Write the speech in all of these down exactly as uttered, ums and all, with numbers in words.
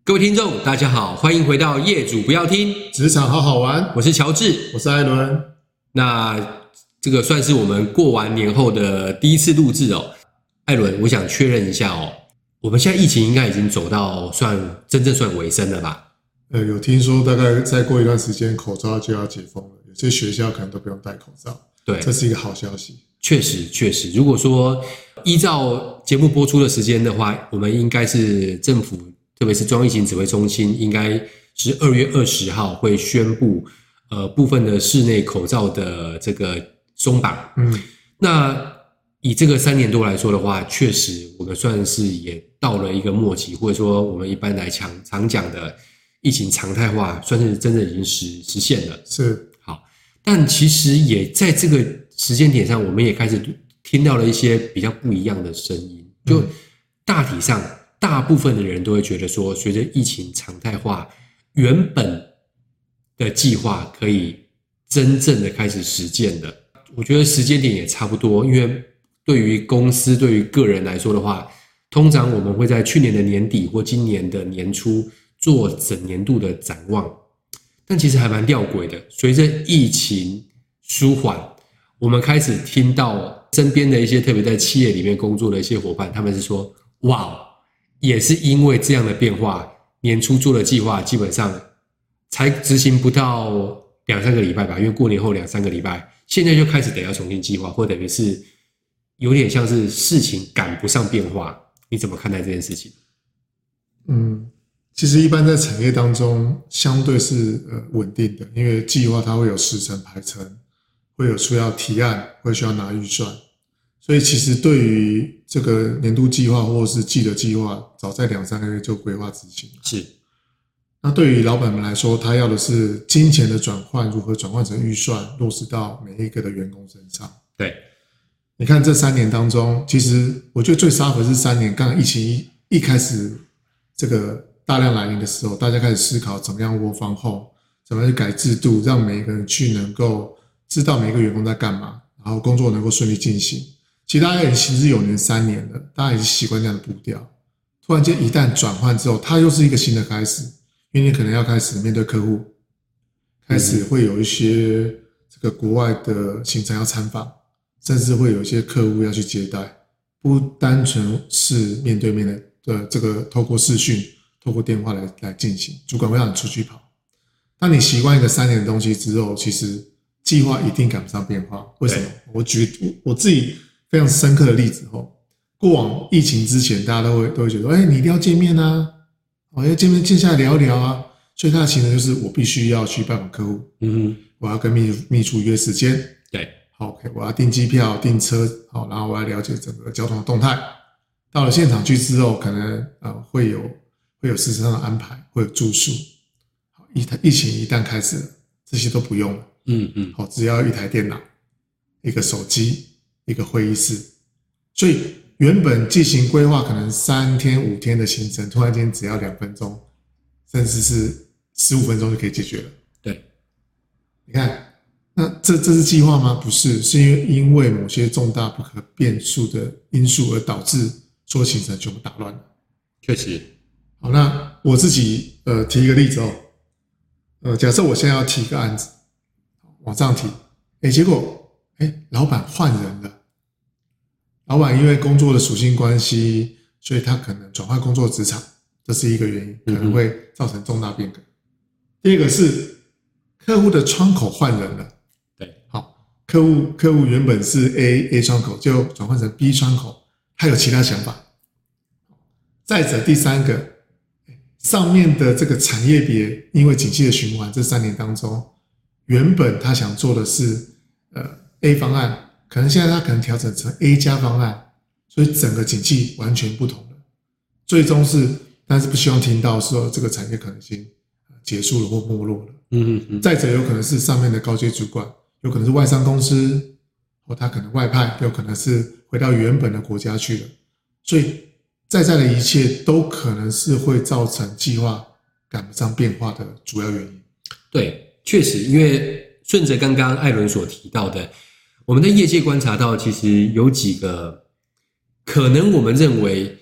各位听众大家好，欢迎回到业主不要听职场好好玩， 我是乔治， 我是艾伦。 那这个算是我们过完年后的第一次录制哦。艾伦，我想确认一下哦，我们现在疫情应该已经走到算真正算尾声了吧？ 呃，有听说大概再过一段时间口罩就要解封了，有些学校可能都不用戴口罩。 对， 这是一个好消息。 确实确实，如果说依照节目播出的时间的话，我们应该是政府特别是中央疫情指挥中心应该是二月二十号会宣布呃部分的室内口罩的这个松绑。 嗯， 那以这个三年多来说的话，确实我们算是也到了一个末期，或者说我们一般来常常讲的疫情常态化，算是真的已经实实现了。 是。 好，但其实也在这个时间点上，我们也开始听到了一些比较不一样的声音。就大体上，大部分的人都会觉得说，随着疫情常态化，原本的计划可以真正的开始实践的。我觉得时间点也差不多，因为对于公司、对于个人来说的话，通常我们会在去年的年底或今年的年初做整年度的展望。但其实还蛮吊诡的，随着疫情舒缓，我们开始听到身边的一些特别在企业里面工作的一些伙伴，他们是说，哇，也是因为这样的变化，年初做的计划基本上才执行不到两三个礼拜吧，因为过年后两三个礼拜，现在就开始得要重新计划，或等于是有点像是事情赶不上变化。你怎么看待这件事情？ 嗯，其实一般在产业当中相对是呃稳定的，因为计划它会有时程排程，会有需要提案，会需要拿预算，所以其实对于这个年度计划或是季的计划，早在两三个月就规划执行。 是。 那对于老板们来说，他要的是金钱的转换，如何转换成预算，落实到每一个的员工身上。 对， 你看这三年当中，其实我觉得最沙盒是三年，刚刚疫情一一开始这个大量来临的时候，大家开始思考怎么样work from home，怎么样去改制度，让每一个人去能够知道每一个员工在干嘛，然后工作能够顺利进行。其实大家也行之有年三年了，大家也是习惯这样的步调。突然间一旦转换之后，它又是一个新的开始。因为你可能要开始面对客户，开始会有一些这个国外的行程要参访，甚至会有一些客户要去接待，不单纯是面对面的的这个透过视讯、透过电话来来进行，主管会让你出去跑。当你习惯一个三年的东西之后，其实计划一定赶不上变化。为什么？我举我自己非常深刻的例子哦，过往疫情之前，大家都会都会觉得，哎，你一定要见面啊。我要见面见下来聊一聊啊，所以他的行程就是我必须要去拜访客户， 嗯哼， 我要跟秘秘书约时间， 对， 好 ，OK， 我要订机票、订车，好，然后我要了解整个交通的动态。到了现场去之后，可能呃会有会有事实上的安排，会有住宿。好，疫疫情一旦开始了，这些都不用了， 嗯嗯， 好，只要一台电脑、一个手机、一个会议室，所以原本进行规划可能三天五天的行程，突然间只要两分钟，甚至是十五分钟就可以解决了。 对， 你看，那这这是计划吗？不是，是因为因为某些重大不可变数的因素而导致所有行程全部打乱了。 确实。 好，那我自己呃提一个例子哦，呃，假设我现在要提一个案子，往上提，哎，结果哎，老板换人了。老板因为工作的属性关系，所以他可能转换工作职场，这是一个原因，可能会造成重大变革。第二个是客户的窗口换人了， 对， 好，客户客户原本是 A A 窗口，就转换成 B 窗口，他有其他想法。再者第三个，上面的这个产业别，因为景气的循环，这三年当中，原本他想做的是呃 A 方案。可能现在他可能调整成 A 加方案，所以整个景气完全不同了。最终是，但是不希望听到说这个产业可能性结束了或没落了。 嗯嗯嗯。 再者，有可能是上面的高阶主管，有可能是外商公司，或他可能外派，有可能是回到原本的国家去了。所以，在在的一切都可能是会造成计划赶不上变化的主要原因。 对，确实，因为顺着刚刚艾伦所提到的。我们在业界观察到，其实有几个可能我们认为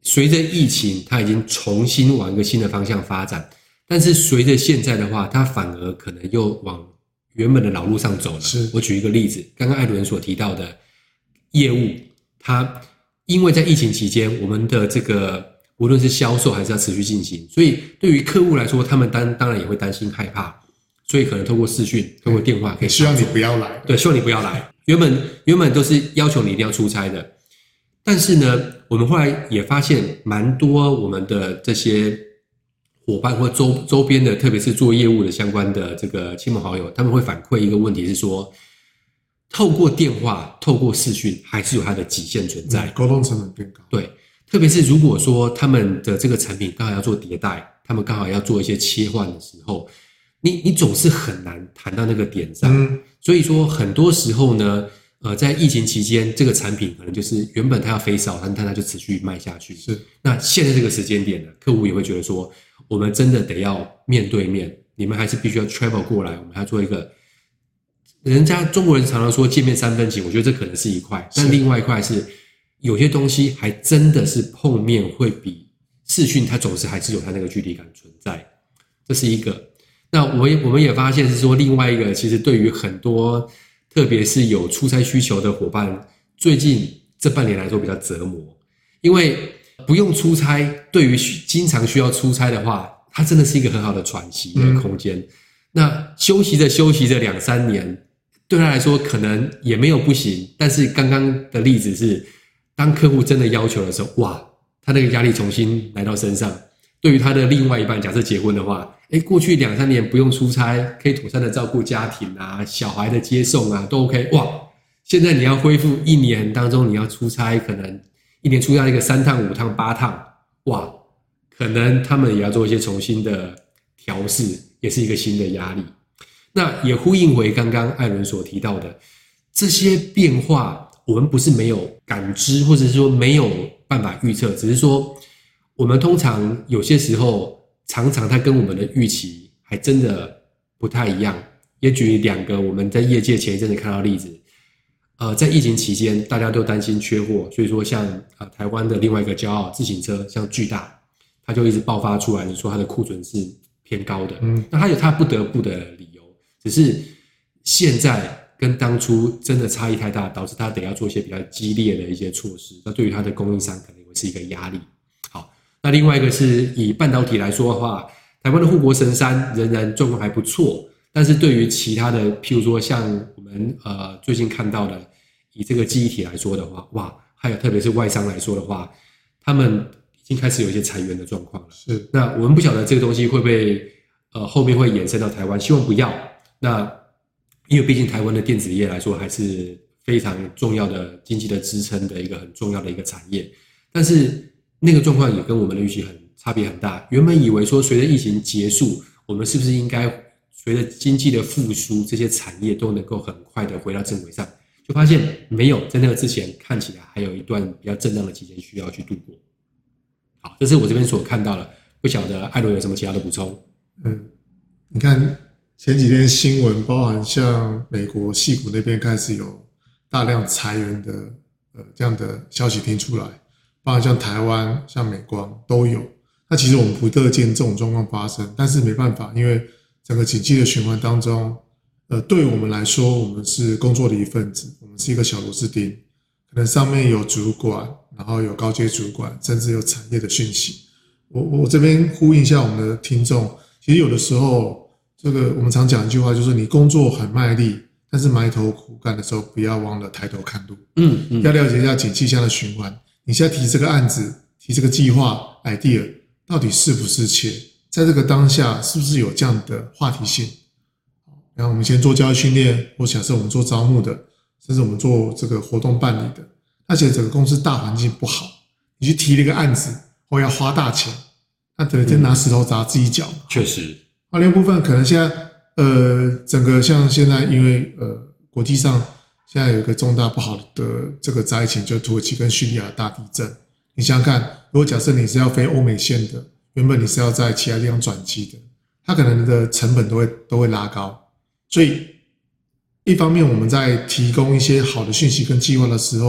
随着疫情，它已经重新往一个新的方向发展，但是随着现在的话，它反而可能又往原本的老路上走了。 是， 我举一个例子，刚刚艾伦所提到的业务，它因为在疫情期间，我们的这个无论是销售还是要持续进行，所以对于客户来说，他们当当然也会担心害怕，所以可能透过视讯、透过电话可以希望你不要来， 对，希望你不要来。原本原本都是要求你一定要出差的，但是呢，我们后来也发现蛮多我们的这些伙伴或周周边的，特别是做业务的相关的这个亲朋好友，他们会反馈一个问题是说，透过电话、透过视讯还是有它的极限存在， 嗯、沟通成本变高。 对，特别是如果说他们的这个产品刚好要做迭代，他们刚好要做一些切换的时候，你你总是很难谈到那个点上。嗯，所以说很多时候呢，呃，在疫情期间，这个产品可能就是原本它要飞烧，但它就持续卖下去。 是， 那现在这个时间点呢，客户也会觉得说，我们真的得要面对面，你们还是必须要 travel 过来，我们要做一个。人家中国人常常说见面三分情，我觉得这可能是一块，但另外一块是有些东西还真的是碰面会比视讯，它总是还是有它那个距离感存在，这是一个。那我也我们也发现是说，另外一个其实对于很多特别是有出差需求的伙伴，最近这半年来说比较折磨，因为不用出差，对于经常需要出差的话，它真的是一个很好的喘息的空间。嗯、那休息着休息着两三年，对他来说可能也没有不行，但是刚刚的例子是，当客户真的要求的时候，哇，他那个压力重新来到身上。对于他的另外一半，假设结婚的话，诶，过去两三年不用出差，可以妥善的照顾家庭啊，小孩的接送啊，都 OK。哇，现在你要恢复一年当中你要出差，可能一年出差一个三趟、五趟、八趟，哇，可能他们也要做一些重新的调试，也是一个新的压力。那也呼应回刚刚艾伦所提到的这些变化，我们不是没有感知，或者是说没有办法预测，只是说我们通常有些时候常常它跟我们的预期还真的不太一样。也举两个我们在业界前一阵子看到的例子，呃，在疫情期间大家都担心缺货，所以说像呃台湾的另外一个骄傲自行车，像巨大，它就一直爆发出来，说它的库存是偏高的。嗯，那它有它不得不的理由，只是现在跟当初真的差异太大，导致它得要做一些比较激烈的一些措施，那对于它的供应商可能会是一个压力。好，那另外一个是以半导体来说的话，台湾的护国神山仍然状况还不错，但是对于其他的，譬如说像我们呃最近看到的，以这个记忆体来说的话，哇，还有特别是外商来说的话，他们已经开始有一些裁员的状况了。 是， 那我们不晓得这个东西会不会呃后面会延伸到台湾，希望不要。那因为毕竟台湾的电子业来说还是非常重要的经济的支撑的一个很重要的一个产业，但是那个状况也跟我们的预期很差别很大。原本以为说随着疫情结束，我们是不是应该随着经济的复苏，这些产业都能够很快的回到正轨上，就发现没有，在那个之前看起来还有一段比较震荡的期间需要去度过。好，这是我这边所看到的，不晓得艾伦有什么其他的补充？ 嗯，你看前几天新闻，包含像美国矽谷那边开始有大量裁员的呃这样的消息听出来，包含像台湾、像美光都有。那其实我们不乐见这种状况发生，但是没办法，因为整个经济的循环当中，呃，对我们来说，我们是工作的一份子，我们是一个小螺丝钉，可能上面有主管，然后有高阶主管，甚至有产业的讯息。我我这边呼应一下我们的听众，其实有的时候。这个我们常讲一句话，就是你工作很卖力，但是埋头苦干的时候，不要忘了抬头看路。嗯嗯，要了解一下景气下的循环。你现在提这个案子，提这个计划 idea， 到底是不是切？在这个当下，是不是有这样的话题性？然后我们先做教育训练，或假设我们做招募的，甚至我们做这个活动办理的，而且整个公司大环境不好，你去提了一个案子，或要花大钱，那等于在拿石头砸自己脚。 确实。 另一部分可能现在呃整个像现在因为呃国际上现在有一个重大不好的这个灾情，就土耳其跟叙利亚的大地震。你想想看，如果假设你是要飞欧美线的，原本你是要在其他地方转机的，它可能的成本都会都会拉高。所以一方面我们在提供一些好的讯息跟计划的时候，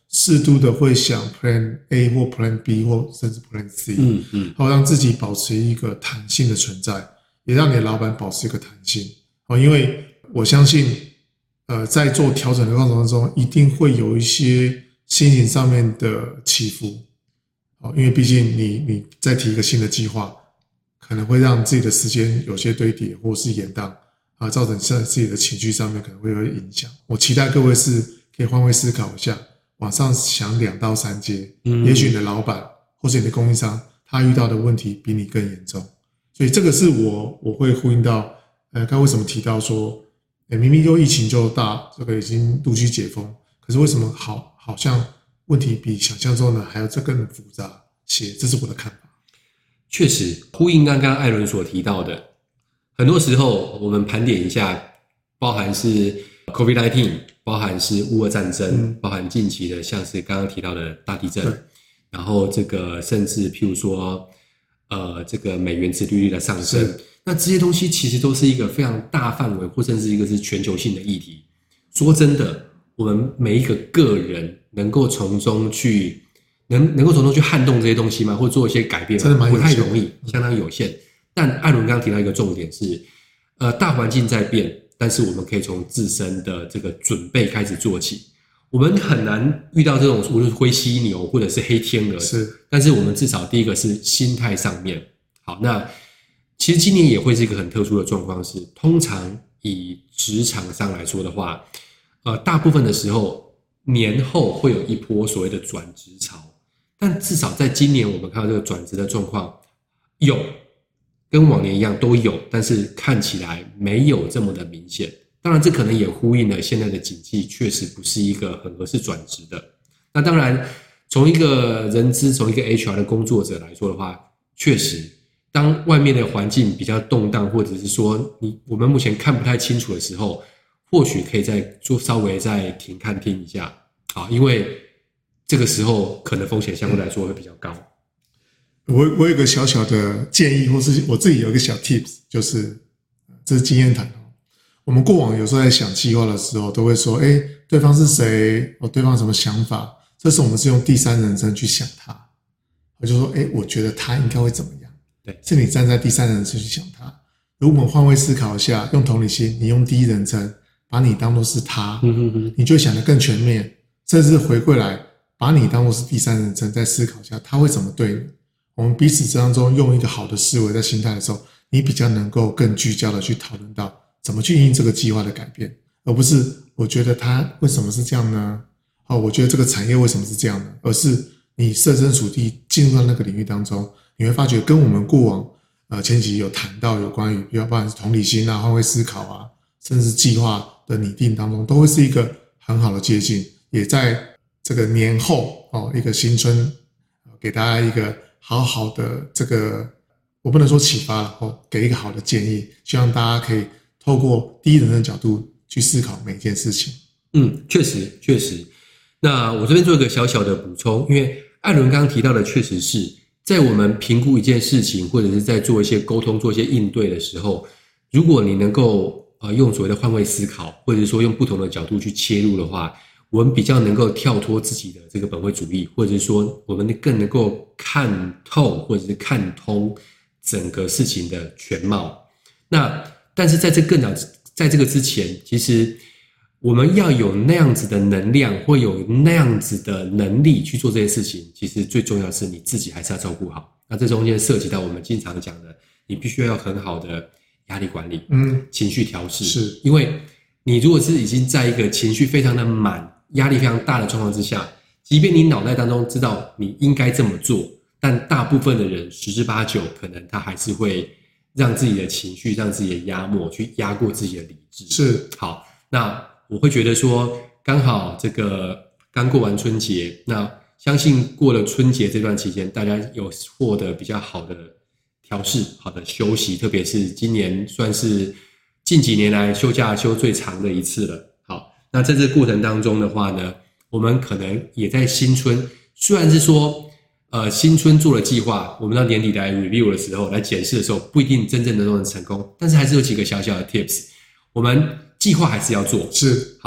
适度的会想 Plan A 或 Plan B 或甚至 Plan C， 嗯嗯， 好让自己保持一个弹性的存在，也让你的老板保持一个弹性。哦，因为我相信，呃，在做调整的过程当中，一定会有一些心情上面的起伏。哦，因为毕竟你你再提一个新的计划，可能会让自己的时间有些堆叠或是延宕，啊，造成自己的情绪上面可能会有影响。我期待各位是可以换位思考一下。往上想两到三阶，嗯，也许你的老板或是你的供应商，他遇到的问题比你更严重，所以这个是我我会呼应到，呃，刚为什么提到说，欸，明明就疫情就大，这个已经陆续解封，可是为什么好好像问题比想象中的还要这更复杂些？这是我的看法。 确实，呼应刚刚艾伦所提到的，很多时候我们盘点一下，包含是 COVID 十九。包含是乌俄战争，嗯，包含近期的像是刚刚提到的大地震，然后这个甚至譬如说，呃，这个美元殖利率的上升，那这些东西其实都是一个非常大范围，或甚至一个是全球性的议题。说真的，我们每一个个人能够从中去能能够从中去撼动这些东西吗？或做一些改变吗？ 真的蛮不太容易，相当有限。但艾伦刚刚提到一个重点是，呃，大环境在变。但是我们可以从自身的这个准备开始做起，我们很难遇到这种无论是灰犀牛或者是黑天鹅， 是， 但是我们至少第一个是心态上面好。那其实今年也会是一个很特殊的状况，是通常以职场上来说的话，呃，大部分的时候年后会有一波所谓的转职潮，但至少在今年我们看到这个转职的状况有。跟往年一样都有，但是看起来没有这么的明显。当然这可能也呼应了现在的景气确实不是一个很合适转职的。那当然从一个人资从一个 H R 的工作者来说的话，确实当外面的环境比较动荡，或者是说你我们目前看不太清楚的时候，或许可以再做稍微再停看听一下，好，因为这个时候可能风险相对来说会比较高。 我我有一个小小的建议，或是我自己有一个小 tips， 就是这是经验谈。我们过往有时候在想计划的时候，都会说，哎，对方是谁？哦，对方什么想法？这时我们是用第三人称去想他，我就说，哎，我觉得他应该会怎么样？ 对， 是你站在第三人称去想他。如果我们换位思考一下，用同理心，你用第一人称，把你当作是他， 嗯哼哼， 你就会想得更全面，甚至回归来，把你当作是第三人称，再思考一下他会怎么对你。我们彼此当中用一个好的思维在心态的时候，你比较能够更聚焦的去讨论到怎么去因应这个计划的改变，而不是我觉得它为什么是这样呢？哦，我觉得这个产业为什么是这样呢？而是你设身处地进入到那个领域当中，你会发觉跟我们过往呃前几集有谈到有关于，比如不管是同理心啊、换位思考啊，甚至计划的拟定当中，都会是一个很好的接近。也在这个年后哦，一个新春，给大家一个好好的这个，我不能说启发了哦，给一个好的建议，希望大家可以透过第一人称的角度去思考每一件事情。 嗯，确实确实。那我这边做一个小小的补充，因为艾伦刚刚提到的，确实是在我们评估一件事情，或者是在做一些沟通、做一些应对的时候，如果你能够呃用所谓的换位思考，或者是说用不同的角度去切入的话，我们比较能够跳脱自己的这个本位主义，或者是说我们更能够看透或者是看通整个事情的全貌。那但是在这更早在这个之前，其实我们要有那样子的能量，或有那样子的能力去做这些事情，其实最重要的是你自己还是要照顾好。那这中间涉及到我们经常讲的，你必须要有很好的压力管理，嗯，情绪调试， 是因为你如果是已经在一个情绪非常的满、压力非常大的状况之下，即便你脑袋当中知道你应该这么做，但大部分的人十之八九可能他还是会让自己的情绪、让自己的压迫去压过自己的理智。 是， 好，那我会觉得说，刚好这个刚过完春节，那相信过了春节这段期间，大家有获得比较好的调适、好的休息，特别是今年算是近几年来休假休最长的一次了。好，那在这个过程当中的话呢，我们可能也在新春，虽然是说呃新春做了计划，我们到年底来 review 的时候，来检视的时候，不一定真正的都能成功，但是还是有几个小小的 tips， 我们计划还是要做， 是好。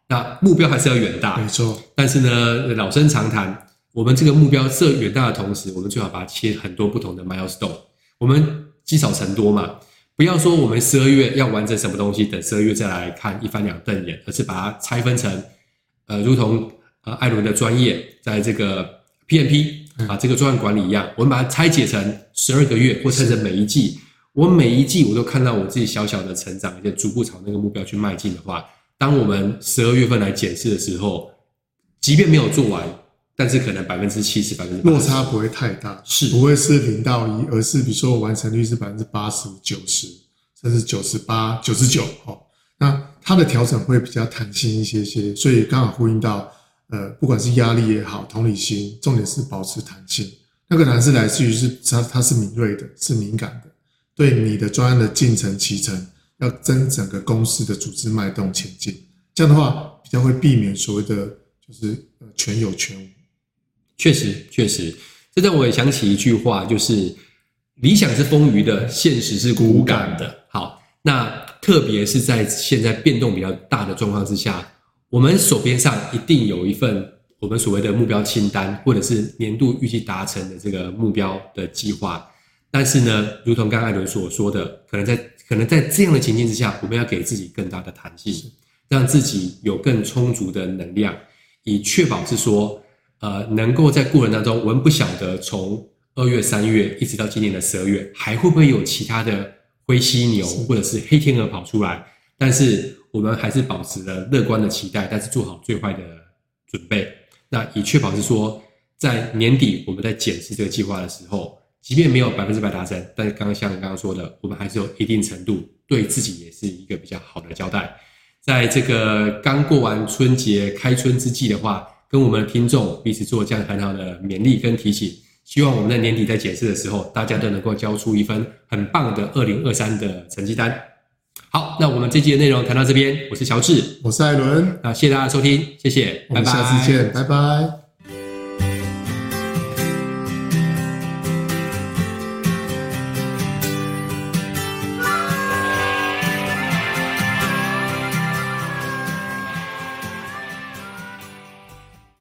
那目标还是要远大， 没错。 但是呢，老生常谈，我们这个目标设远大的同时，我们最好把它切很多不同的 milestone， 我们积少成多嘛。不要说我们十二月要完成什么东西，等十二月再来看一翻两瞪眼，而是把它拆分成，呃，如同呃艾伦的专业，在这个 P M P 啊这个专案管理一样，我们把它拆解成十二个月，或拆成每一季。我每一季我都看到我自己小小的成长，而且逐步朝那个目标去迈进的话，当我们十二月份来检视的时候，即便没有做完，但是可能百分之七十、百分之落差不会太大， 是不会是零到一，而是比如说完成率是百分之八十、九十，甚至九十八、九十九哦。那它的调整会比较弹性一些些，所以刚好呼应到，呃，不管是压力也好，同理心，重点是保持弹性。那个弹是来自于是它它是敏锐的，是敏感的，对你的专案的进程、期程，要跟整个公司的组织脉动前进。这样的话，比较会避免所谓的就是呃全有全无。 确实，确实，这让我也想起一句话，就是理想是丰腴的，现实是骨感的。好，那特别是在现在变动比较大的状况之下，我们手边上一定有一份我们所谓的目标清单，或者是年度预计达成的这个目标的计划。但是呢，如同刚刚艾伦所说的，可能在可能在这样的情境之下，我们要给自己更大的弹性，让自己有更充足的能量，以确保是说。呃，能够在过程当中，我们不晓得从二月、三月一直到今年的十二月，还会不会有其他的灰犀牛或者是黑天鹅跑出来？但是我们还是保持了乐观的期待，但是做好最坏的准备。那以确保是说，在年底我们在检视这个计划的时候，即便没有百分之百达成，但是刚刚像刚刚说的，我们还是有一定程度对自己也是一个比较好的交代。在这个刚过完春节开春之际的话，跟我们的听众彼此做这样很好的勉励跟提醒，希望我们在年底在检视的时候，大家都能够交出一份很棒的二零二三的成绩单。好，那我们这期的内容谈到这边，我是乔治， 我是艾伦， 那谢谢大家的收听，谢谢， 我们下次见，拜拜。